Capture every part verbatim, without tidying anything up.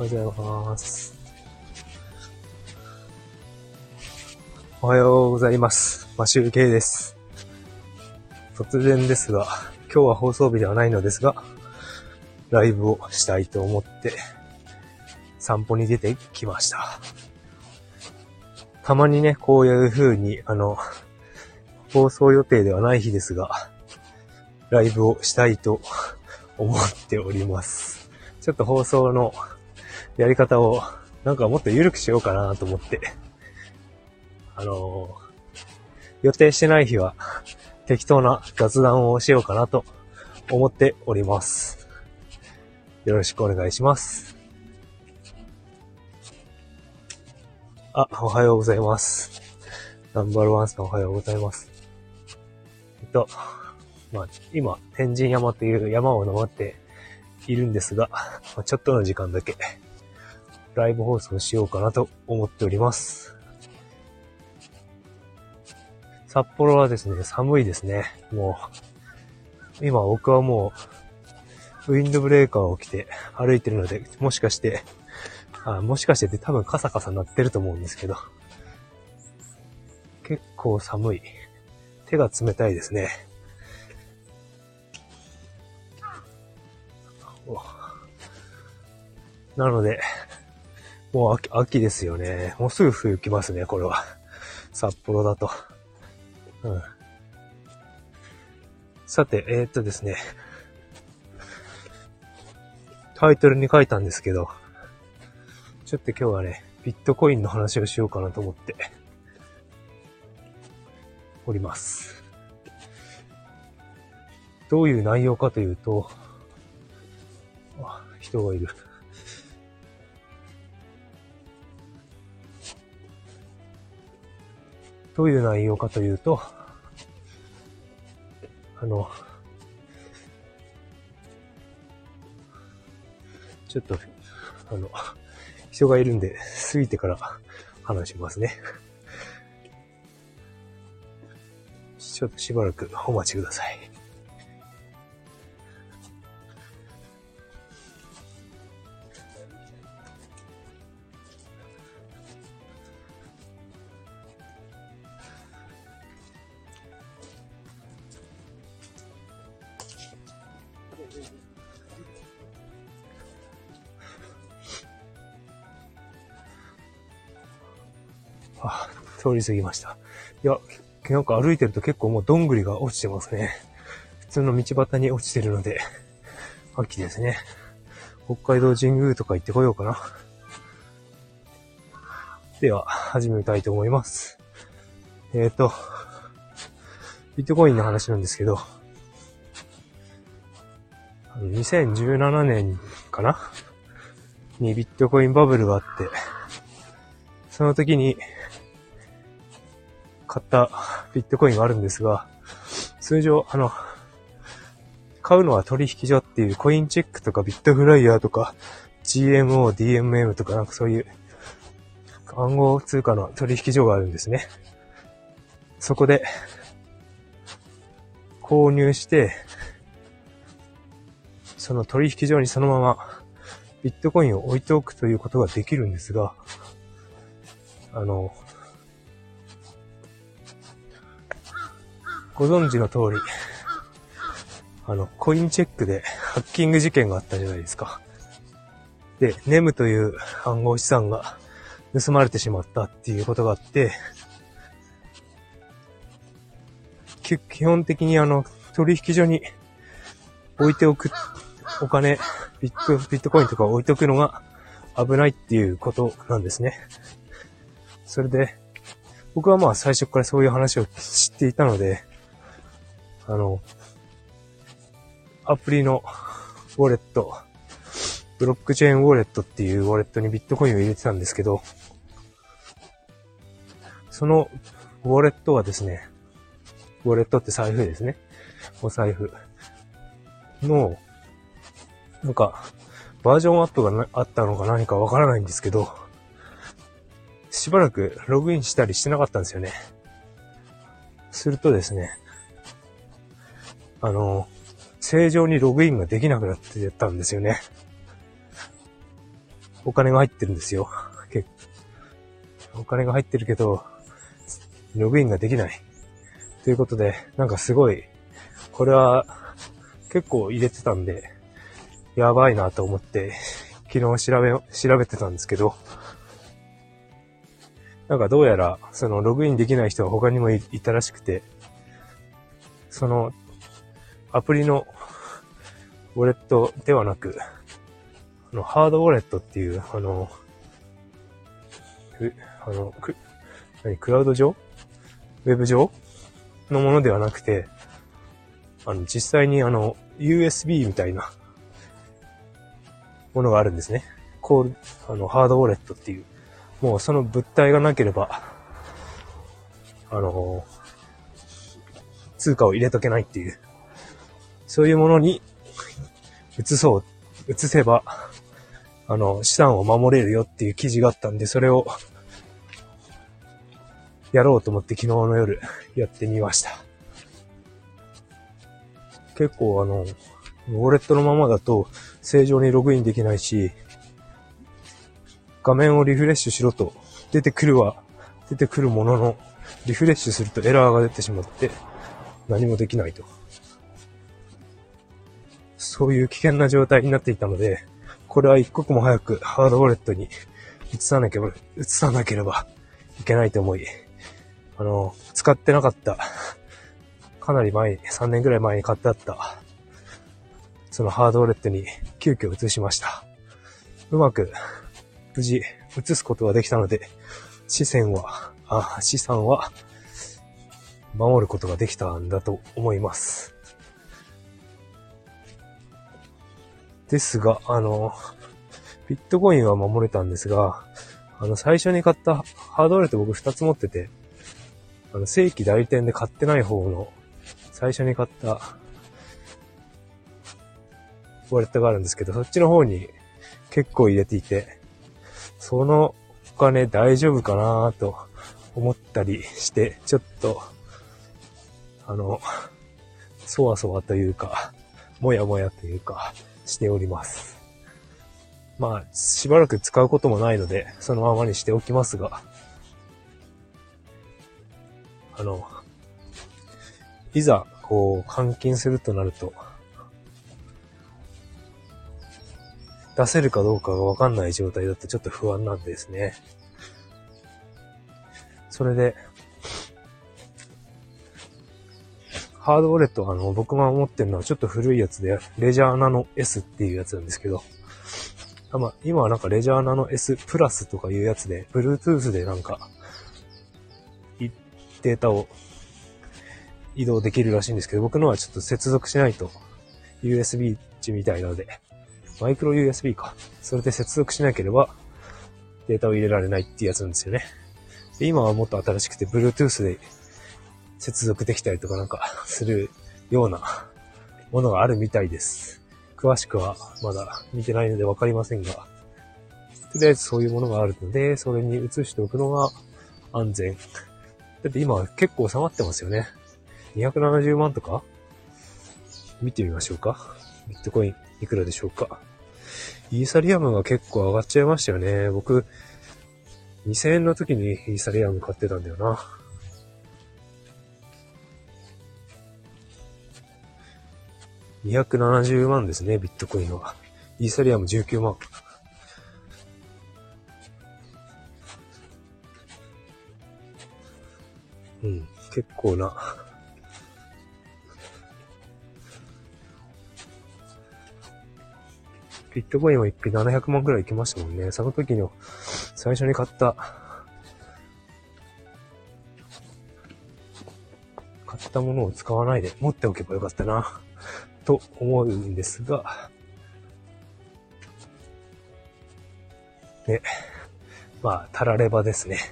おはようございます。おはようございます。マシュウケイです。突然ですが、今日は放送日ではないのですが、ライブをしたいと思って散歩に出てきました。たまにね、こういう風に、あの、放送予定ではない日ですが、ライブをしたいと思っております。ちょっと放送のやり方をなんかもっと緩くしようかなと思って、あのー、予定してない日は適当な雑談をしようかなと思っております。よろしくお願いします。あ、おはようございます。ナンバーワンさんおはようございます。えっと、まあ、今、天神山という山を登っているんですが、まあ、ちょっとの時間だけライブ放送しようかなと思っております。札幌はですね、寒いですね。もう、今僕はもう、ウィンドブレーカーを着て歩いてるので、もしかして、あ、もしかしてって多分カサカサ鳴ってると思うんですけど、結構寒い。手が冷たいですね。なので、もう秋、秋ですよね。もうすぐ冬来ますね、これは。札幌だと。うん。さて、えー、っとですね。タイトルに書いたんですけど、ちょっと今日はね、ビットコインの話をしようかなと思っております。どういう内容かというと、あ、人がいる。どういう内容かというと、あの、ちょっと、あの、人がいるんで、過ぎてから話しますね。ちょっとしばらくお待ちください。あ、通り過ぎました。いや、なんか歩いてると結構もうどんぐりが落ちてますね。普通の道端に落ちてるので、秋ですね。北海道神宮とか行ってこようかな。では、始めたいと思います。えっと、ビットコインの話なんですけど、にせんじゅうななねんかなにビットコインバブルがあって、その時に買ったビットコインがあるんですが、通常、あの、買うのは取引所っていうコインチェックとかビットフライヤーとか ジーエムオー、ディーエムエム とかなんかそういう暗号通貨の取引所があるんですね。そこで購入して、その取引所にそのままビットコインを置いておくということができるんですが、あの、ご存知の通り、あの、コインチェックでハッキング事件があったじゃないですか。で、ネムという暗号資産が盗まれてしまったっていうことがあって、基本的にあの、取引所に置いておくお金、ビット、ビットコインとか置いておくのが危ないっていうことなんですね。それで、僕はまあ最初からそういう話を知っていたので、あの、アプリのウォレット、ブロックチェーンウォレットっていうウォレットにビットコインを入れてたんですけど、そのウォレットはですね、ウォレットって財布ですね。お財布の、なんか、バージョンアップがあったのか何かわからないんですけど、しばらくログインしたりしてなかったんですよね。するとですね、あの、正常にログインができなくなってたんですよね。 お金が入ってるんですよ。結お金が入ってるけど、ログインができない。ということで、なんかすごい、これは結構入れてたんで、やばいなと思って、昨日調べ、調べてたんですけど、なんかどうやら、そのログインできない人は他にも い, いたらしくて、そのアプリのウォレットではなく、あのハードウォレットっていう、あの、あの、く、何、クラウド上？ウェブ上のものではなくて、あの、実際にあの、ユーエスビー みたいなものがあるんですね。コール、あの、ハードウォレットっていう。もうその物体がなければ、あの、通貨を入れとけないっていう、そういうものに移そう、移せば、あの、資産を守れるよっていう記事があったんで、それをやろうと思って昨日の夜やってみました。結構あの、ウォレットのままだと正常にログインできないし、画面をリフレッシュしろと出てくるは出てくるものの、リフレッシュするとエラーが出てしまって何もできないと。そういう危険な状態になっていたので、これは一刻も早くハードウォレットに移さなければ、移さなければいけないと思い、あの、使ってなかった、かなり前、さんねんぐらい前に買ってあった、そのハードウォレットに急遽移しました。うまく、無事、移すことができたので、資産は、あ、資産は、守ることができたんだと思います。ですが、あの、ビットコインは守れたんですが、あの、最初に買ったハードウォレット僕ふたつ持ってて、あの、正規代理店で買ってない方の、最初に買ったウォレットがあるんですけど、そっちの方に結構入れていて、そのお金大丈夫かなと思ったりして、ちょっと、あの、そわそわというか、もやもやというか、しております。まあ、しばらく使うこともないので、そのままにしておきますが、あの、いざ、こう、換金するとなると、出せるかどうかがわかんない状態だとちょっと不安なんですね。それで、ハードウォレットはあの、僕が持ってるのはちょっと古いやつで、レジャーナノ S っていうやつなんですけど、あまあ、今はなんかレジャーナノ S プラスとかいうやつで、Bluetooth でなんか、データを移動できるらしいんですけど、僕のはちょっと接続しないと ユーエスビー 値みたいなので、マイクロ ユーエスビー か。それで接続しなければデータを入れられないっていうやつなんですよね。で、今はもっと新しくて Bluetooth で接続できたりとかなんかするようなものがあるみたいです。詳しくはまだ見てないのでわかりませんが、とりあえずそういうものがあるので、それに移しておくのが安全。だって今結構下がってますよね。にひゃくななじゅうまんとか見てみましょうか。ビットコインいくらでしょうか。イーサリアムが結構上がっちゃいましたよね。僕、にせんえんの時にイーサリアム買ってたんだよな。にひゃくななじゅうまんですね、ビットコインは。イーサリアムじゅうきゅうまん。うん、結構な。ビットコインは一回ななひゃくまんくらい行きましたもんね。その時の最初に買った、買ったものを使わないで持っておけばよかったな、と思うんですが、ね、まあ、たらればですね。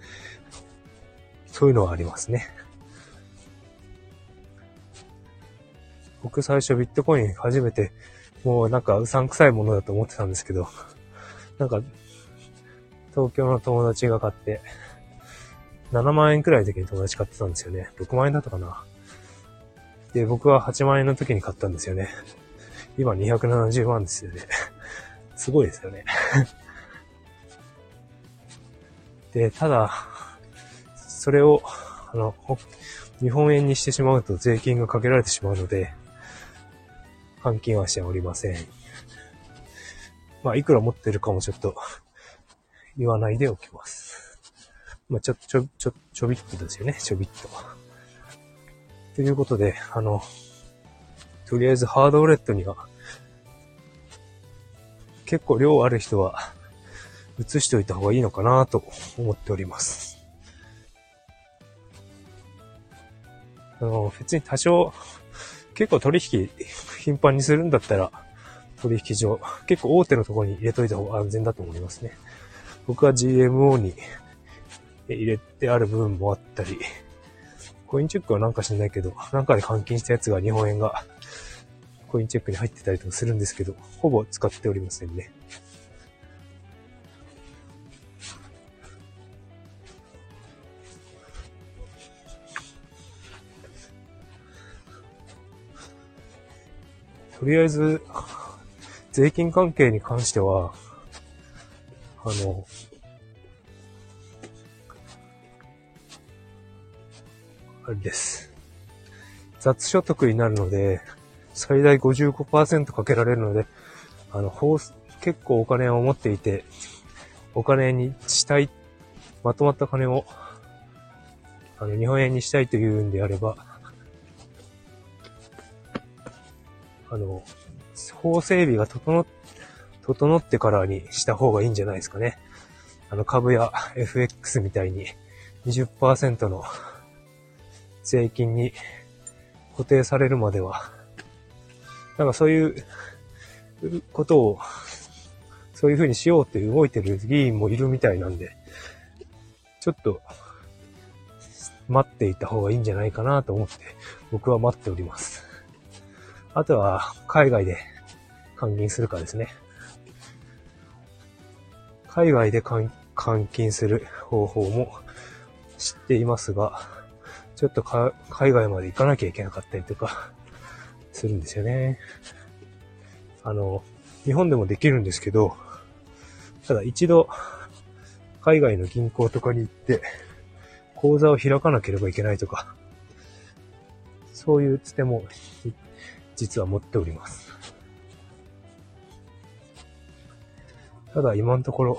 そういうのはありますね。僕最初ビットコイン初めて、もうなんかうさんくさいものだと思ってたんですけど、なんか、東京の友達が買って、ななまんえんくらいの時に友達買ってたんですよね。ろくまんえんだったかな。で、僕ははちまんえんの時に買ったんですよね。今にひゃくななじゅうまんですよね。すごいですよね。 で、ただ、それを、あの、日本円にしてしまうと税金がかけられてしまうので、換金はしておりません。まあ、いくら持ってるかもちょっと言わないでおきます。まあ、ちょ、ちょ、ちょ、ちょびっとですよね、ちょびっと。ということで、あの、とりあえずハードウォレットには、結構量ある人は、移しておいた方がいいのかなと思っております。あの、別に多少、結構取引頻繁にするんだったら、取引所、結構大手のところに入れといた方が安全だと思いますね。僕は ジーエムオー に入れてある部分もあったり、コインチェックはなんか知んないけど、なんかで換金したやつが日本円がコインチェックに入ってたりとかするんですけど、ほぼ使っておりませんね。とりあえず、税金関係に関しては、あの、あれです。雑所得になるので、最大 ごじゅうごパーセント かけられるので、あの、結構お金を持っていて、お金にしたい、まとまった金を、あの、日本円にしたいというんであれば、あの、法整備が整っ、整ってからにした方がいいんじゃないですかね。あの、株や エフエックス みたいに にじゅっパーセント の税金に固定されるまでは、なんかそういうことを、そういう風にしようって動いてる議員もいるみたいなんで、ちょっと待っていた方がいいんじゃないかなと思って、僕は待っております。あとは海外で換金するかですね。海外で換金する方法も知っていますが、ちょっとか海外まで行かなきゃいけなかったりとかするんですよね。あの、日本でもできるんですけど、ただ一度海外の銀行とかに行って口座を開かなければいけないとか、そういうつても実は持っております。ただ今のところ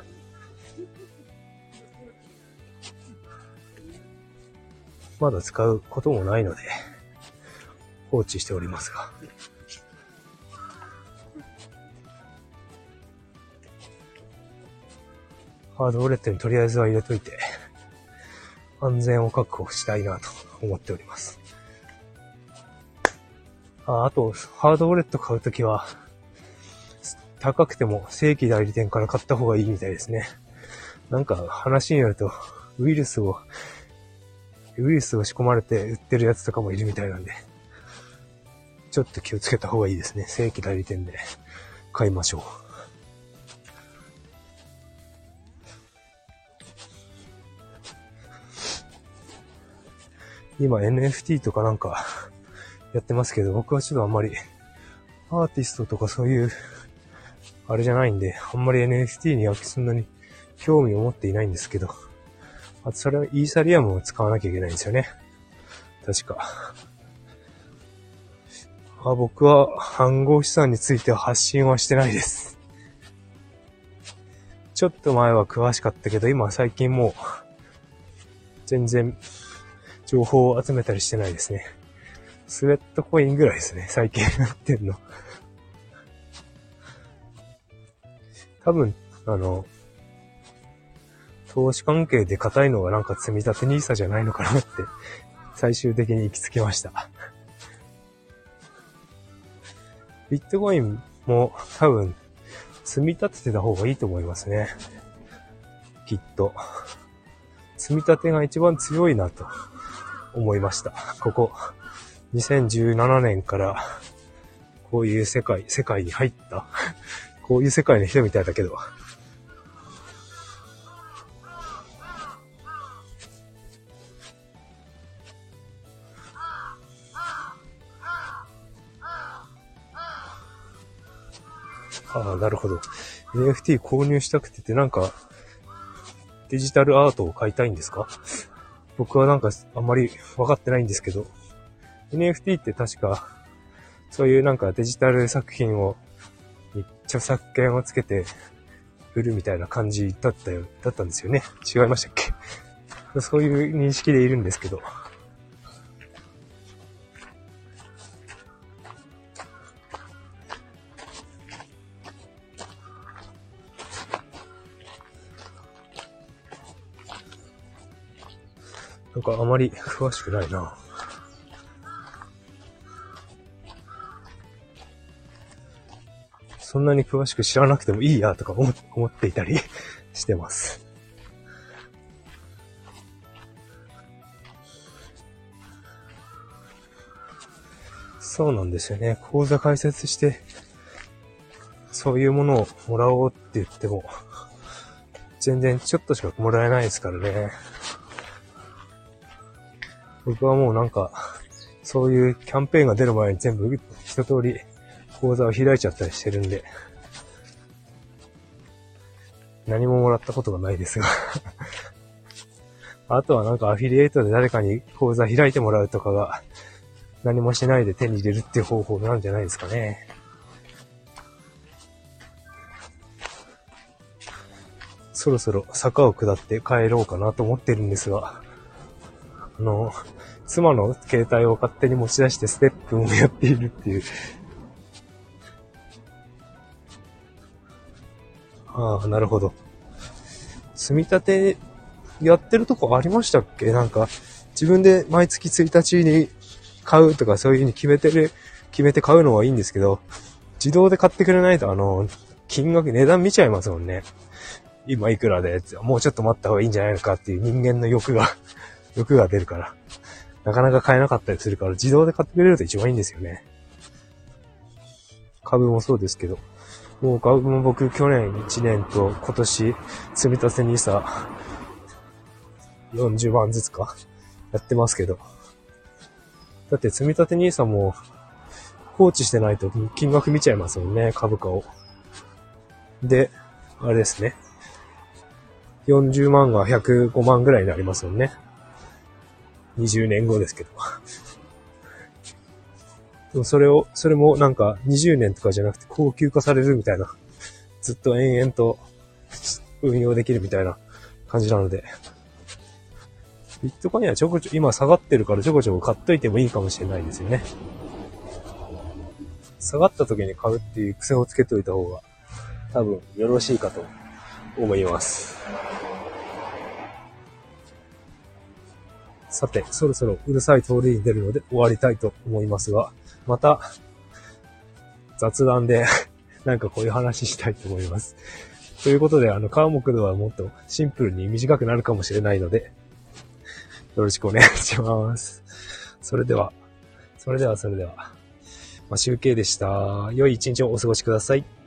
まだ使うこともないので放置しておりますが、ハードウォレットにとりあえずは入れといて安全を確保したいなと思っております。あ, あとハードウォレット買うときは高くても正規代理店から買った方がいいみたいですね。なんか話によるとウイルスをウイルスを仕込まれて売ってるやつとかもいるみたいなんで、ちょっと気をつけた方がいいですね。正規代理店で買いましょう。今 エヌエフティー とかなんかやってますけど、僕はちょっとあんまりアーティストとかそういうあれじゃないんで、あんまり エヌエフティー にはそんなに興味を持っていないんですけど、あとそれはイーサリアムを使わなきゃいけないんですよね。確か。あ、僕は暗号資産については発信はしてないです。ちょっと前は詳しかったけど、今最近もう全然情報を集めたりしてないですね。スウェットコインぐらいですね、最近やってんの。多分、あの、投資関係で硬いのがなんか積み立てニーサじゃないのかなって最終的に行き着きました。ビットコインも多分積み立ててた方がいいと思いますね。きっと。積み立てが一番強いなと思いました。ここにせんじゅうななねんからこういう世界、世界に入ったこういう世界の人みたいだけど、ああ、なるほど。エヌエフティー 購入したくてて、なんか、 デジタルアートを買いたいんですか？僕はなんかあんまり分かってないんですけど、エヌエフティー って確か、そういうなんかデジタル作品を、に著作権をつけて売るみたいな感じだったよ、だったんですよね。違いましたっけ？そういう認識でいるんですけど。なんかあまり詳しくないな。そんなに詳しく知らなくてもいいやとか思っていたりしてます。そうなんですよね。講座開設して、そういうものをもらおうって言っても、全然ちょっとしかもらえないですからね。僕はもうなんか、そういうキャンペーンが出る前に全部一通り講座を開いちゃったりしてるんで、何ももらったことがないですが。あとはなんかアフィリエイトで誰かに講座開いてもらうとかが、何もしないで手に入れるっていう方法なんじゃないですかね。そろそろ坂を下って帰ろうかなと思ってるんですが、あの、妻の携帯を勝手に持ち出してステップをやっているっていう。ああ、なるほど。積み立てやってるとこありましたっけ？なんか、自分で毎月ついたちに買うとかそういう風に決めてる、決めて買うのはいいんですけど、自動で買ってくれないとあの、金額、値段見ちゃいますもんね。今いくらで、もうちょっと待った方がいいんじゃないのかっていう人間の欲が、欲が出るから。なかなか買えなかったりするから自動で買ってくれると一番いいんですよね。株もそうですけど。もう株も僕去年いちねんと今年積み立てニーサよんじゅうまんずつかやってますけど。だって積み立てニーサも放置してないと金額見ちゃいますもんね、株価を。で、あれですね。よんじゅうまんがひゃくごまんぐらいになりますもんね。にじゅうねんごですけど。でもそれを、それもなんかにじゅうねんとかじゃなくて高級化されるみたいな。ずっと延々と運用できるみたいな感じなので。ビットコインはちょこちょこ今下がってるからちょこちょこ買っといてもいいかもしれないですよね。下がった時に買うっていう癖をつけといた方が多分よろしいかと思います。さて、そろそろうるさい通りに出るので終わりたいと思いますが、また雑談でなんかこういう話したいと思います。ということで、あの、川木度はもっとシンプルに短くなるかもしれないので、よろしくお願いします。それでは、それでは、それでは、まあ、集計でした。良い一日をお過ごしください。